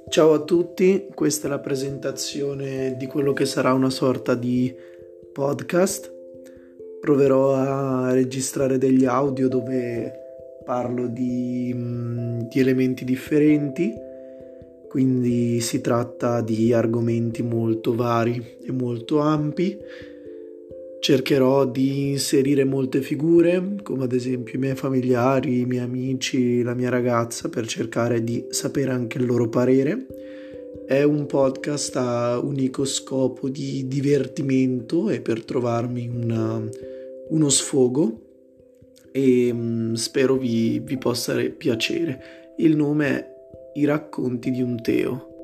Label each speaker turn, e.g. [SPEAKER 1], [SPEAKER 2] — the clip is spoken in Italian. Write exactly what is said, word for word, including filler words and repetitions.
[SPEAKER 1] Ciao a tutti, questa è la presentazione di quello che sarà una sorta di podcast. Proverò a registrare degli audio dove parlo di, mm, di elementi differenti, quindi si tratta di argomenti molto vari e molto ampi. Cercherò di inserire molte figure, come ad esempio i miei familiari, i miei amici, la mia ragazza, per cercare di sapere anche il loro parere. È un podcast a unico scopo di divertimento e per trovarmi una- uno sfogo e mm, spero vi, vi possa piacere. Il nome è I racconti di un Teo.